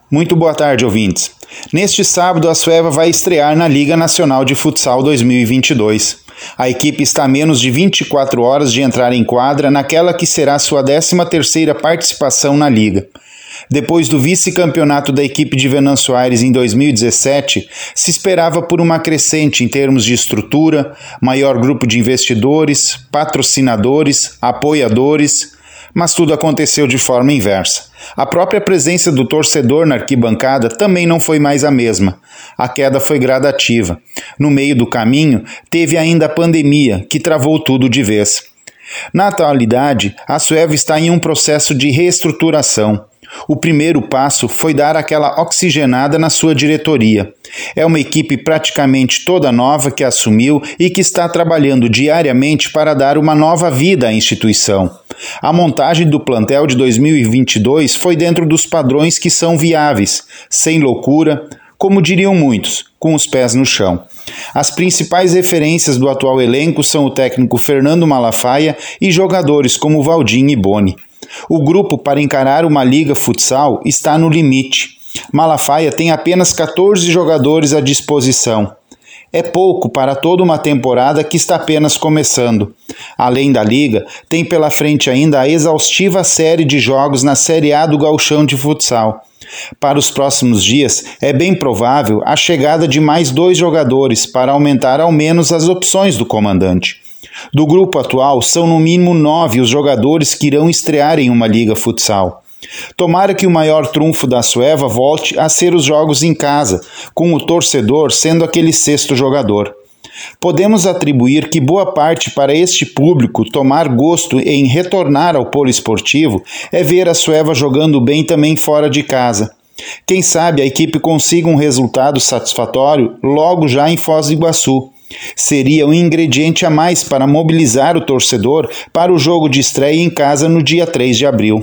Muito boa tarde, ouvintes. Neste sábado, a Sueva vai estrear na Liga Nacional de Futsal 2022. A equipe está a menos de 24 horas de entrar em quadra naquela que será sua 13ª participação na Liga. Depois do vice-campeonato da equipe de Venâncio Aires em 2017, se esperava por uma crescente em termos de estrutura, maior grupo de investidores, patrocinadores, apoiadores, mas tudo aconteceu de forma inversa. A própria presença do torcedor na arquibancada também não foi mais a mesma. A queda foi gradativa. No meio do caminho, teve ainda a pandemia, que travou tudo de vez. Na atualidade, a Sueva está em um processo de reestruturação. O primeiro passo foi dar aquela oxigenada na sua diretoria. É uma equipe praticamente toda nova que assumiu e que está trabalhando diariamente para dar uma nova vida à instituição. A montagem do plantel de 2022 foi dentro dos padrões que são viáveis, sem loucura, como diriam muitos, com os pés no chão. As principais referências do atual elenco são o técnico Fernando Malafaia e jogadores como Valdinho e Boni. O grupo para encarar uma liga futsal está no limite. Malafaia tem apenas 14 jogadores à disposição. É pouco para toda uma temporada que está apenas começando. Além da liga, tem pela frente ainda a exaustiva série de jogos na Série A do Gauchão de Futsal. Para os próximos dias, é bem provável a chegada de mais 2 jogadores para aumentar ao menos as opções do comandante. Do grupo atual, são no mínimo 9 os jogadores que irão estrear em uma liga futsal. Tomara que o maior trunfo da Sueva volte a ser os jogos em casa, com o torcedor sendo aquele 6º jogador. Podemos atribuir que boa parte para este público tomar gosto em retornar ao poliesportivo é ver a Sueva jogando bem também fora de casa. Quem sabe a equipe consiga um resultado satisfatório logo já em Foz do Iguaçu. Seria um ingrediente a mais para mobilizar o torcedor para o jogo de estreia em casa no dia 3 de abril.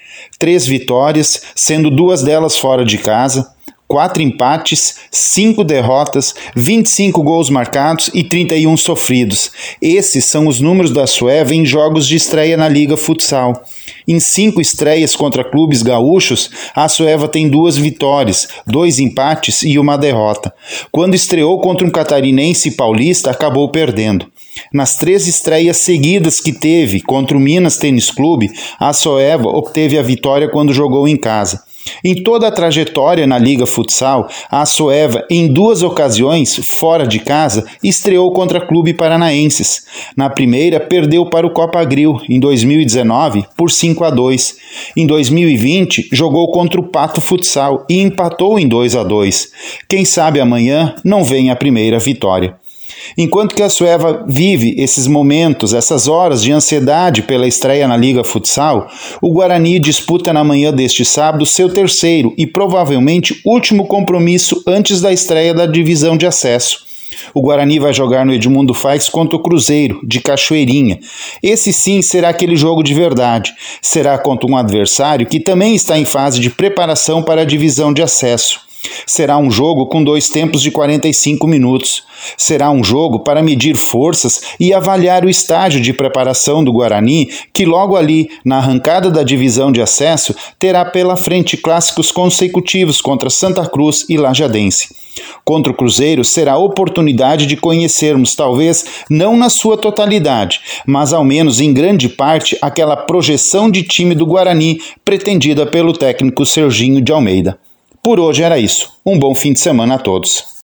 3 vitórias, sendo 2 delas fora de casa, 4 empates, 5 derrotas, 25 gols marcados e 31 sofridos. Esses são os números da Sueva em jogos de estreia na Liga Futsal. Em 5 estreias contra clubes gaúchos, a Sueva tem 2 vitórias, 2 empates e 1 derrota. Quando estreou contra um catarinense e paulista, acabou perdendo. Nas 3 estreias seguidas que teve contra o Minas Tênis Clube, a Sueva obteve a vitória quando jogou em casa. Em toda a trajetória na Liga Futsal, a Sueva, em 2 ocasiões, fora de casa, estreou contra clube paranaenses. Na primeira, perdeu para o Copa Grill, em 2019, por 5-2. Em 2020, jogou contra o Pato Futsal e empatou em 2-2. Quem sabe amanhã não vem a primeira vitória. Enquanto que a Sueva vive esses momentos, essas horas de ansiedade pela estreia na Liga Futsal, o Guarani disputa na manhã deste sábado seu 3º e provavelmente último compromisso antes da estreia da divisão de acesso. O Guarani vai jogar no Edmundo Faix contra o Cruzeiro, de Cachoeirinha. Esse sim será aquele jogo de verdade. Será contra um adversário que também está em fase de preparação para a divisão de acesso. Será um jogo com 2 tempos de 45 minutos. Será um jogo para medir forças e avaliar o estágio de preparação do Guarani, que logo ali, na arrancada da divisão de acesso, terá pela frente clássicos consecutivos contra Santa Cruz e Lajadense. Contra o Cruzeiro será a oportunidade de conhecermos, talvez não na sua totalidade, mas ao menos em grande parte, aquela projeção de time do Guarani pretendida pelo técnico Serginho de Almeida. Por hoje era isso. Um bom fim de semana a todos.